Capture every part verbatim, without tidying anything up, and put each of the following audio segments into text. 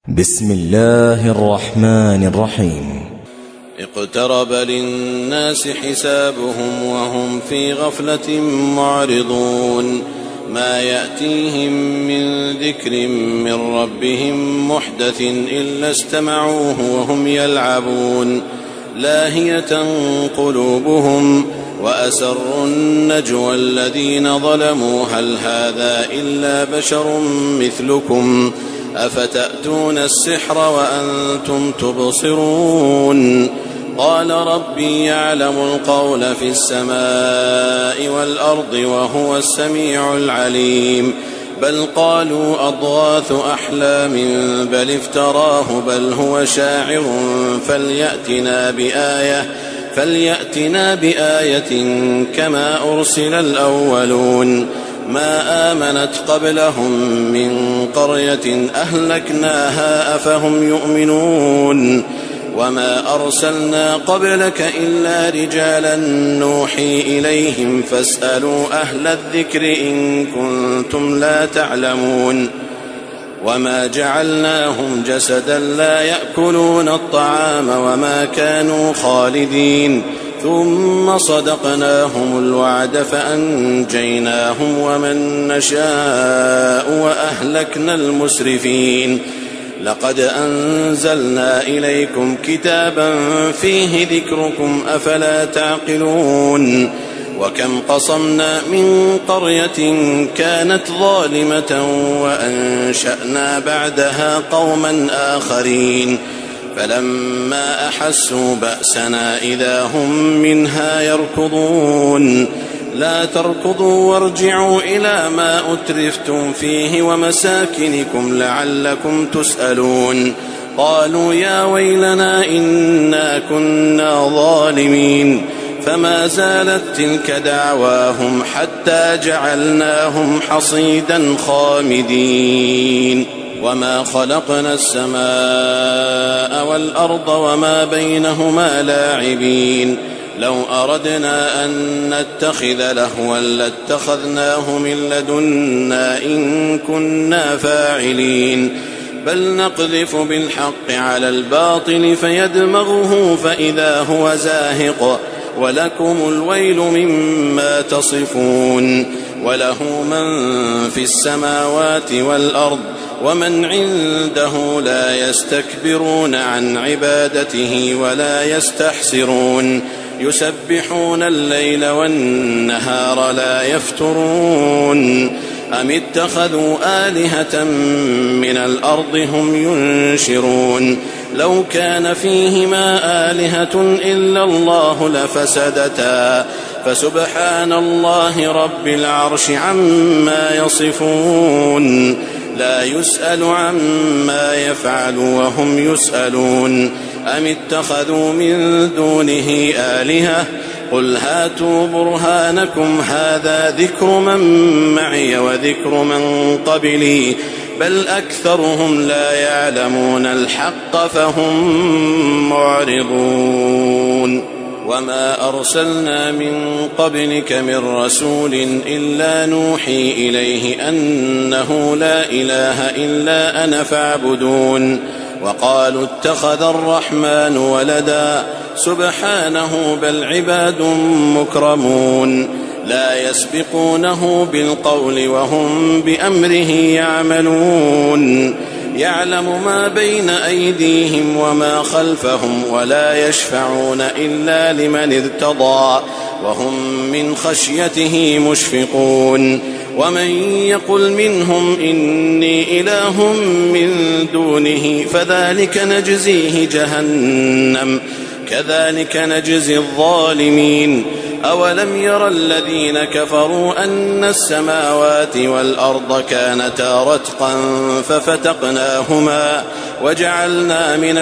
بسم الله الرحمن الرحيم. اقترب للناس حسابهم وهم في غفلة معرضون ما يأتيهم من ذكر من ربهم محدث إلا استمعوه وهم يلعبون لاهية قلوبهم وأسروا النجوى الذين ظلموا هل هذا إلا بشر مثلكم أفتأتون السحر وأنتم تبصرون قال ربي يعلم القول في السماء والأرض وهو السميع العليم بل قالوا أضغاث أحلام بل افتراه بل هو شاعر فليأتنا بآية فليأتنا بآية كما أرسل الأولون ما آمنت قبلهم من قرية أهلكناها أفهم يؤمنون وما أرسلنا قبلك إلا رجالا نوحي إليهم فاسألوا أهل الذكر إن كنتم لا تعلمون وما جعلناهم جسدا لا يأكلون الطعام وما كانوا خالدين ثم صدقناهم الوعد فأنجيناهم ومن نشاء وأهلكنا المسرفين لقد أنزلنا إليكم كتابا فيه ذكركم أفلا تعقلون وكم قصمنا من قرية كانت ظالمة وأنشأنا بعدها قوما آخرين فلما أحسوا بأسنا إذا هم منها يركضون لا تركضوا وارجعوا إلى ما أترفتم فيه ومساكنكم لعلكم تسألون قالوا يا ويلنا إنا كنا ظالمين فما زالت تلك دعواهم حتى جعلناهم حصيدا خامدين وما خلقنا السماء والأرض وما بينهما لاعبين لو أردنا أن نتخذ لهوا لاتخذناه من لدنا إن كنا فاعلين بل نقذف بالحق على الباطل فيدمغه فإذا هو زاهق ولكم الويل مما تصفون وله من في السماوات والأرض ومن عنده لا يستكبرون عن عبادته ولا يستحسرون يسبحون الليل والنهار لا يفترون أم اتخذوا آلهة من الأرض هم ينشرون لو كان فيهما آلهة إلا الله لفسدتا فسبحان الله رب العرش عما يصفون لا يسأل عما يفعل وهم يسألون أم اتخذوا من دونه آلهة قل هاتوا برهانكم هذا ذكر من معي وذكر من قبلي بل أكثرهم لا يعلمون الحق فهم معرضون وما أرسلنا من قبلك من رسول إلا نوحي إليه أنه لا إله إلا أنا فاعبدون وقالوا اتخذ الرحمن ولدا سبحانه بل عباد مكرمون لا يسبقونه بالقول وهم بأمره يعملون يعلم ما بين أيديهم وما خلفهم ولا يشفعون إلا لمن ارتضى وهم من خشيته مشفقون ومن يقل منهم إني إله من دونه فذلك نجزيه جهنم كذلك نجزي الظالمين أولم ير الذين كفروا أن السماوات والأرض كانتا رتقا ففتقناهما وجعلنا من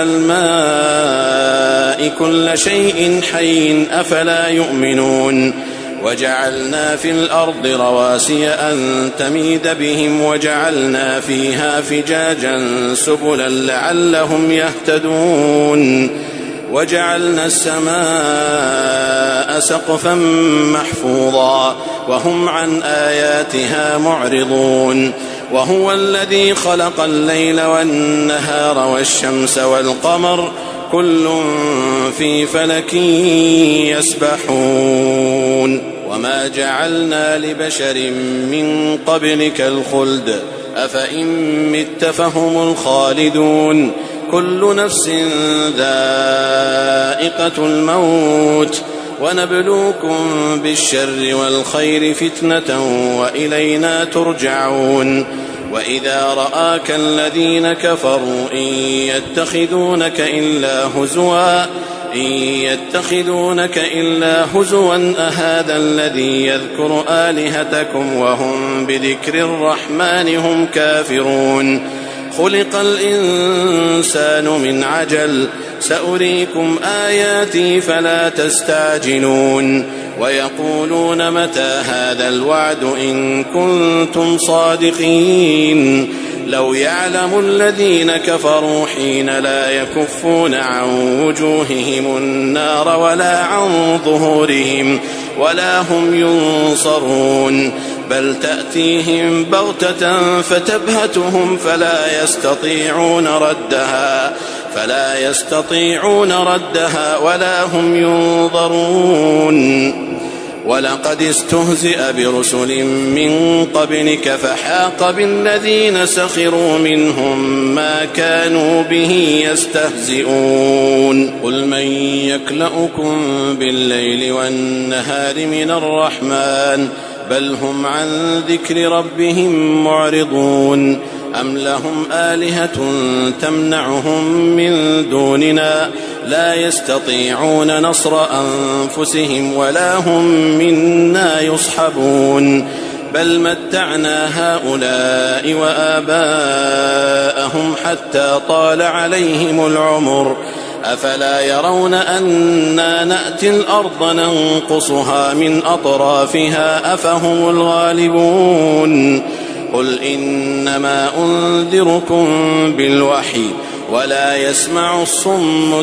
الماء كل شيء حي أفلا يؤمنون وجعلنا في الأرض رواسي أن تميد بهم وجعلنا فيها فجاجا سبلا لعلهم يهتدون وجعلنا السماء سقفا محفوظا وهم عن آياتها معرضون وهو الذي خلق الليل والنهار والشمس والقمر كل في فلك يسبحون وما جعلنا لبشر من قبلك الخلد أفإن مت فهم الخالدون كل نفس ذائقة الموت ونبلوكم بالشر والخير فتنة وإلينا ترجعون وإذا رآك الذين كفروا إن يتخذونك إلا هزوا إن يتخذونك إلا هزوا أهذا الذي يذكر آلهتكم وهم بذكر الرحمن هم كافرون خلق الإنسان من عجل سأريكم آياتي فلا تستعجلون ويقولون متى هذا الوعد إن كنتم صادقين لو يعلم الذين كفروا حين لا يكفون عن وجوههم النار ولا عن ظهورهم ولا هم ينصرون بل تأتيهم بغتة فتبهتهم فلا يستطيعون ردها فلا يستطيعون ردها ولا هم ينظرون ولقد استهزئ برسل من قبلك فحاق بالذين سخروا منهم ما كانوا به يستهزئون قل من يكلؤكم بالليل والنهار من الرحمن بل هم عن ذكر ربهم معرضون أم لهم آلهة تمنعهم من دوننا لا يستطيعون نصر أنفسهم ولا هم منا يصحبون بل متعنا هؤلاء وآباءهم حتى طال عليهم العمر أفلا يرون أنا نأتي الأرض ننقصها من أطرافها أفهم الغالبون قل إنما أنذركم بالوحي ولا يسمع الصم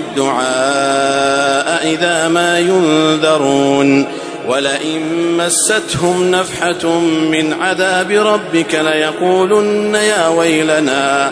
الدعاء إذا ما ينذرون ولئن مستهم نفحة من عذاب ربك ليقولن يا ويلنا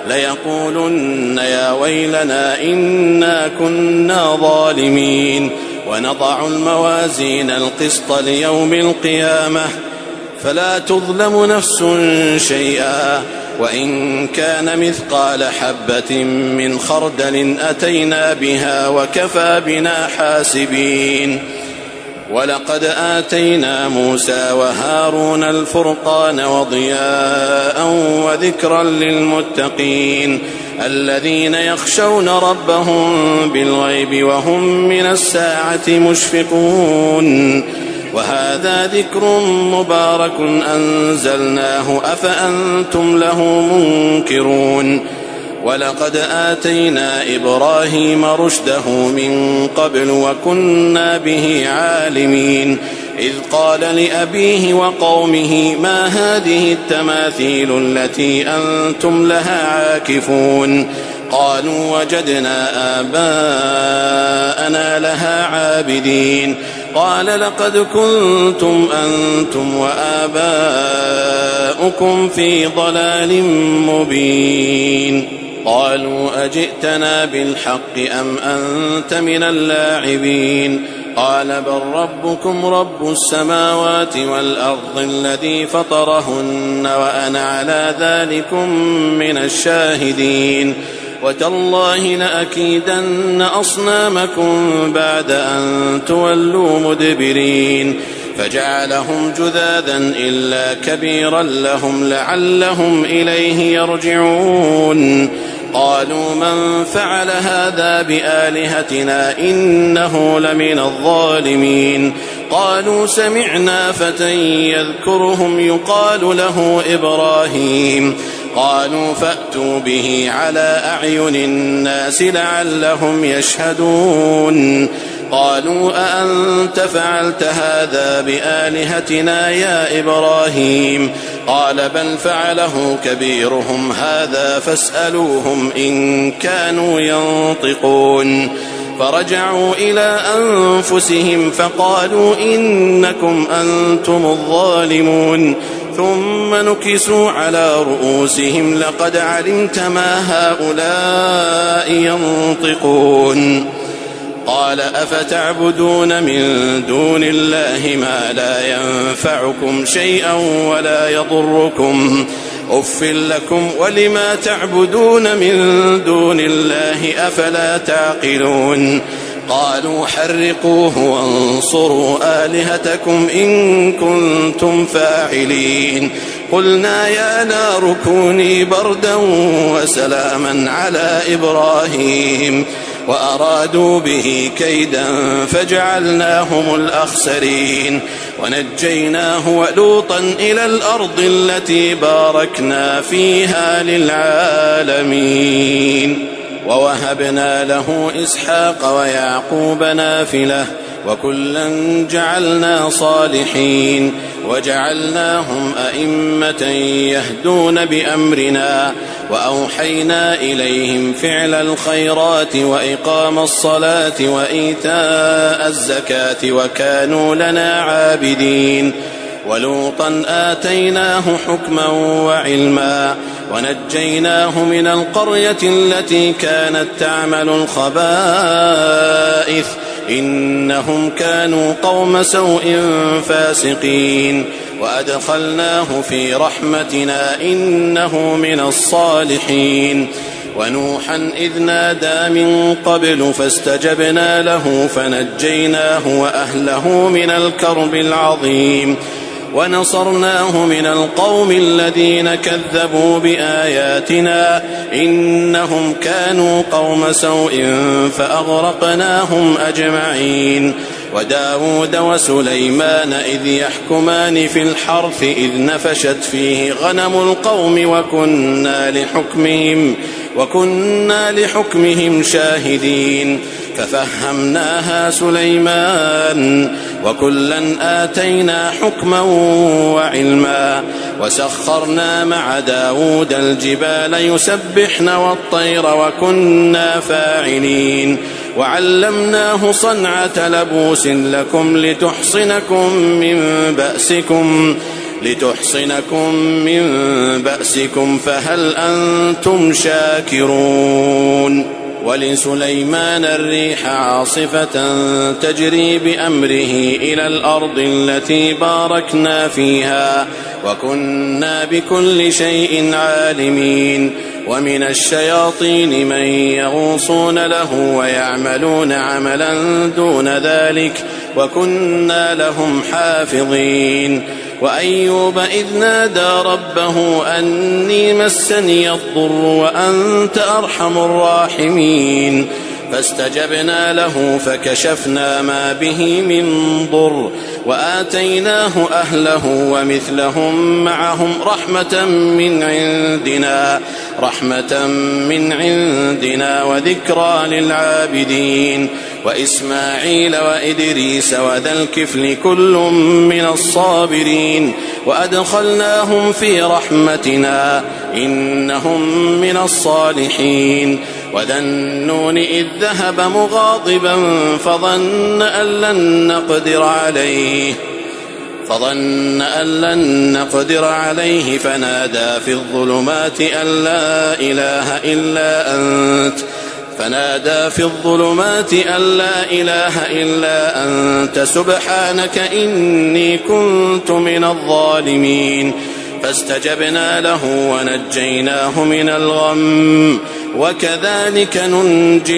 ليقولن يا ويلنا إنا كنا ظالمين ونضع الموازين القسط ليوم القيامة فلا تظلم نفس شيئا وإن كان مثقال حبة من خردل أتينا بها وكفى بنا حاسبين ولقد آتينا موسى وهارون الفرقان وضياء وذكرا للمتقين الذين يخشون ربهم بالغيب وهم من الساعة مشفقون وهذا ذكر مبارك أنزلناه أفأنتم له منكرون ولقد آتينا إبراهيم رشده من قبل وكنا به عالمين إذ قال لأبيه وقومه ما هذه التماثيل التي أنتم لها عاكفون قالوا وجدنا آباءنا لها عابدين قال لقد كنتم أنتم وآباؤكم في ضلال مبين قالوا أجئتنا بالحق أم أنت من اللاعبين قال بل ربكم رب السماوات والأرض الذي فطرهن وأنا على ذلكم من الشاهدين وتالله لأكيدن أصنامكم بعد أن تولوا مدبرين فجعلهم جذاذا إلا كبيرا لهم لعلهم إليه يرجعون قالوا من فعل هذا بآلهتنا إنه لمن الظالمين قالوا سمعنا فتى يذكرهم يقال له إبراهيم قالوا فأتوا به على أعين الناس لعلهم يشهدون قالوا أأنت فعلت هذا بآلهتنا يا إبراهيم قال بل فعله كبيرهم هذا فاسألوهم إن كانوا ينطقون فرجعوا إلى أنفسهم فقالوا إنكم أنتم الظالمون ثم نكسوا على رؤوسهم لقد علمت ما هؤلاء ينطقون قال أفتعبدون من دون الله ما لا ينفعكم شيئا ولا يضركم أف لكم ولما تعبدون من دون الله أفلا تعقلون قالوا حرقوه وانصروا آلهتكم إن كنتم فاعلين قلنا يا نار كوني بردا وسلاما على إبراهيم وأرادوا به كيدا فجعلناهم الأخسرين ونجيناه ولوطا إلى الأرض التي باركنا فيها للعالمين ووهبنا له إسحاق ويعقوب نافلة وكلا جعلنا صالحين وجعلناهم أئمة يهدون بأمرنا وأوحينا إليهم فعل الخيرات وإقام الصلاة وإيتاء الزكاة وكانوا لنا عابدين ولوطا آتيناه حكما وعلما ونجيناه من القرية التي كانت تعمل الخبائث إنهم كانوا قوم سوء فاسقين وأدخلناه في رحمتنا إنه من الصالحين ونوحا إذ نادى من قبل فاستجبنا له فنجيناه وأهله من الكرب العظيم ونصرناه من القوم الذين كذبوا بآياتنا إنهم كانوا قوم سوء فأغرقناهم أجمعين وداود وسليمان إذ يحكمان في الحرث إذ نفشت فيه غنم القوم وكنا لحكمهم وكنا لحكمهم شاهدين ففهمناها سليمان وكلا آتينا حكما وعلما وسخرنا مع داود الجبال يسبحن والطير وكنا فاعلين وعلمناه صنعة لبوس لكم لتحصنكم من بأسكم لتحصنكم من بأسكم فهل أنتم شاكرون ولسليمان الريح عاصفة تجري بأمره إلى الأرض التي باركنا فيها وكنا بكل شيء عالمين ومن الشياطين من يغوصون له ويعملون عملا دون ذلك وكنا لهم حافظين وأيوب إذ نادى ربه أني مسني الضر وأنت أرحم الراحمين فاستجبنا له فكشفنا ما به من ضر وآتيناه أهله ومثلهم معهم رحمة من عندنا رحمة من عندنا وذكرى للعابدين وإسماعيل وإدريس وذا الكفل كل من الصابرين وأدخلناهم في رحمتنا إنهم من الصالحين وذا النون إذ ذهب مغاضبا فظن أن لن نقدر عليه فظن أن لن نقدر عليه فنادى في الظلمات أن لا إله إلا أنت فنادى في الظلمات أن لا إله إلا أنت سبحانك إني كنت من الظالمين فاستجبنا له ونجيناه من الغم وكذلك ننجي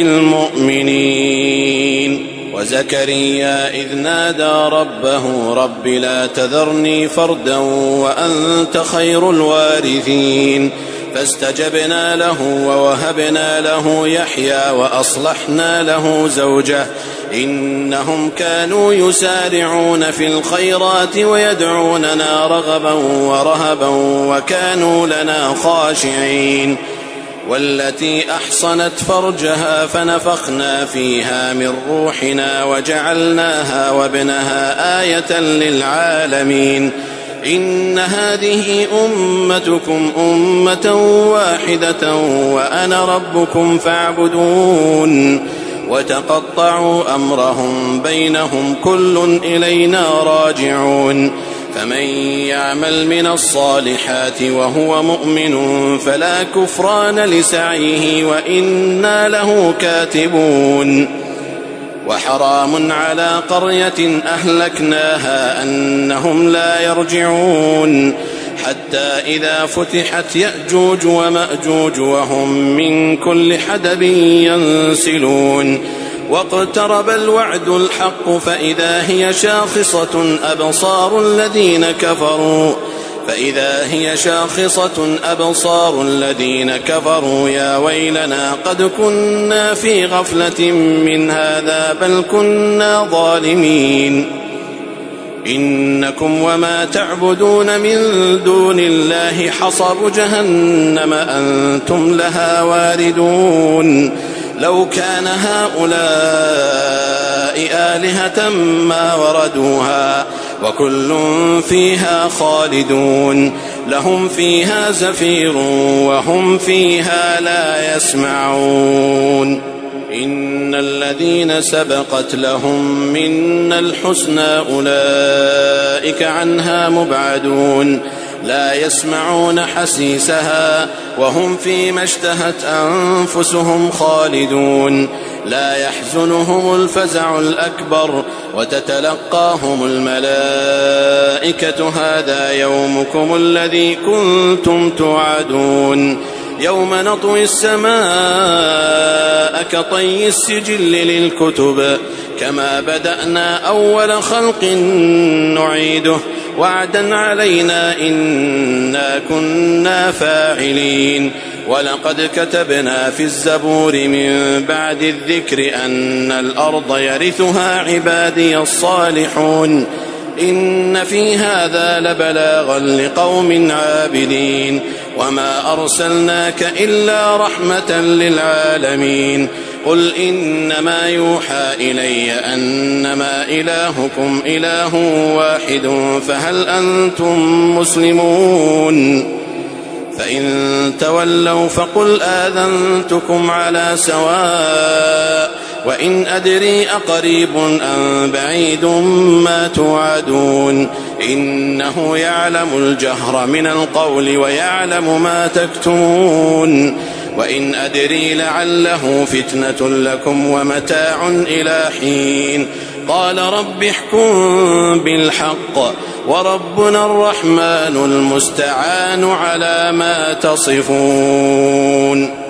المؤمنين وزكريا إذ نادى ربه رب لا تذرني فردا وأنت خير الوارثين فاستجبنا له ووهبنا له يحيى وأصلحنا له زوجه إنهم كانوا يسارعون في الخيرات ويدعوننا رغبا ورهبا وكانوا لنا خاشعين والتي أحصنت فرجها فنفخنا فيها من روحنا وجعلناها وابنها آية للعالمين إن هذه أمتكم أمة واحدة وأنا ربكم فاعبدون وتقطعوا أمرهم بينهم كل إلينا راجعون فمن يعمل من الصالحات وهو مؤمن فلا كفران لسعيه وإنا له كاتبون وحرام على قرية أهلكناها أنهم لا يرجعون حتى إذا فتحت يأجوج ومأجوج وهم من كل حدب ينسلون واقترب الوعد الحق فإذا هي شاخصة أبصار الذين كفروا فإذا هي شاخصة أبصار الذين كفروا يا ويلنا قد كنا في غفلة من هذا بل كنا ظالمين إنكم وما تعبدون من دون الله حصب جهنم أنتم لها واردون لو كان هؤلاء آلهة ما وردوها وكل فيها خالدون لهم فيها زفير وهم فيها لا يسمعون إن الذين سبقت لهم منا الحسنى أولئك عنها مبعدون لا يسمعون حسيسها وهم فيما اشتهت أنفسهم خالدون لا يحزنهم الفزع الأكبر وتتلقاهم الملائكة هذا يومكم الذي كنتم توعدون يوم نطوي السماء كطي السجل للكتب كما بدأنا أول خلق نعيده وعدا علينا إنا كنا فاعلين ولقد كتبنا في الزبور من بعد الذكر أن الأرض يرثها عبادي الصالحون إن في هذا لبلاغا لقوم عابدين وما أرسلناك إلا رحمة للعالمين قل إنما يوحى إلي أنما إلهكم إله واحد فهل أنتم مسلمون فإن تولوا فقل آذنتكم على سواء وإن أدري أقريب أم بعيد ما توعدون إنه يعلم الجهر من القول ويعلم ما تكتمون وإن أدري لعله فتنة لكم ومتاع إلى حين قال رب احكم بالحق وربنا الرحمن المستعان على ما تصفون.